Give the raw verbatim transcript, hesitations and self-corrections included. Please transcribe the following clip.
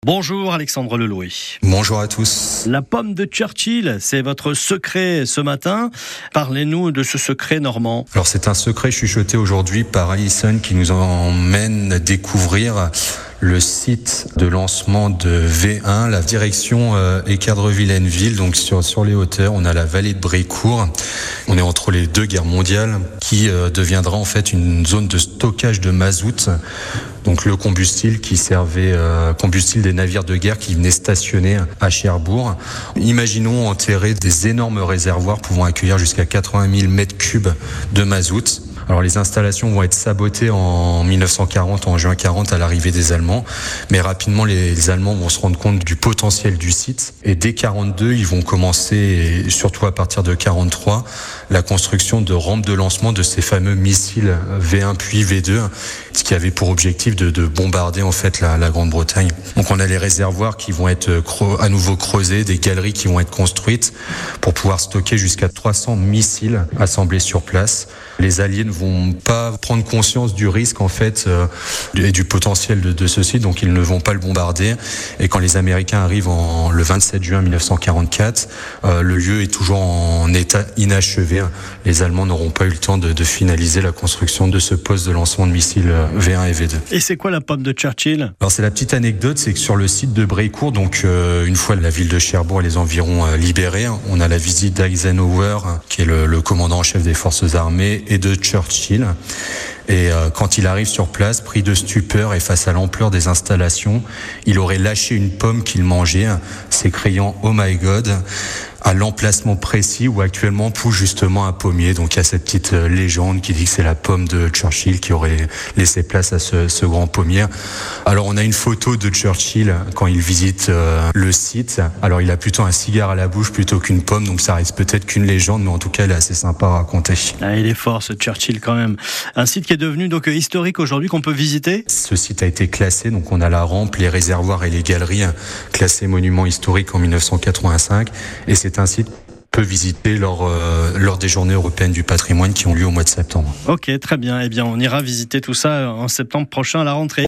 Bonjour Alexandre Leloué. Bonjour à tous. La pomme de Churchill, c'est votre secret ce matin. Parlez-nous de ce secret normand. Alors c'est un secret chuchoté aujourd'hui par Alison qui nous emmène découvrir le site de lancement de V un, la direction euh, Équerdre-Vilaineville, donc sur, sur les hauteurs. On a la vallée de Brécourt. On est entre les deux guerres mondiales qui euh, deviendra en fait une zone de stockage de mazout. Donc le combustible qui servait, euh, combustible des navires de guerre qui venaient stationner à Cherbourg. Imaginons enterrer des énormes réservoirs pouvant accueillir jusqu'à quatre-vingt mille mètres cubes de mazout. Alors les installations vont être sabotées en mille neuf cent quarante, en juin quarante, à l'arrivée des Allemands. Mais rapidement, les, les Allemands vont se rendre compte du potentiel du site. Et dès quarante-deux, ils vont commencer, et surtout à partir de quarante-trois, la construction de rampes de lancement de ces fameux missiles V un puis V deux, ce qui avait pour objectif de, de bombarder en fait la, la Grande-Bretagne. Donc on a les réservoirs qui vont être creux, à nouveau creusés, des galeries qui vont être construites pour pouvoir stocker jusqu'à trois cents missiles assemblés sur place. Les Alliés ne vont pas prendre conscience du risque en fait euh, et du potentiel de, de ce site, donc ils ne vont pas le bombarder. Et quand les Américains arrivent en, le vingt-sept juin mille neuf cent quarante-quatre, euh, le lieu est toujours en état inachevé. Les Allemands n'auront pas eu le temps de, de finaliser la construction de ce poste de lancement de missiles V un et V deux. Et c'est quoi la pomme de Churchill ? Alors c'est la petite anecdote, c'est que sur le site de Brécourt, donc euh, une fois la ville de Cherbourg et les environs euh, libérés, on a la visite d'Eisenhower, qui est le, le commandant en chef des forces armées, et de Churchill. Et euh, quand il arrive sur place, pris de stupeur et face à l'ampleur des installations, il aurait lâché une pomme qu'il mangeait, s'écriant « Oh my God !» à l'emplacement précis où actuellement pousse justement un pommier. Donc il y a cette petite légende qui dit que c'est la pomme de Churchill qui aurait laissé place à ce, ce grand pommier. Alors on a une photo de Churchill quand il visite euh, le site. Alors il a plutôt un cigare à la bouche plutôt qu'une pomme, donc ça reste peut-être qu'une légende, mais en tout cas elle est assez sympa à raconter. Ah, il est fort ce Churchill quand même. Un site qui est devenu donc historique aujourd'hui, qu'on peut visiter. Ce site a été classé, donc on a la rampe, les réservoirs et les galeries classés monument historique en mille neuf cent quatre-vingt-cinq, et c'est un site peut visiter lors, euh, lors des journées européennes du patrimoine qui ont lieu au mois de septembre. Ok, très bien. Eh bien, on ira visiter tout ça en septembre prochain à la rentrée.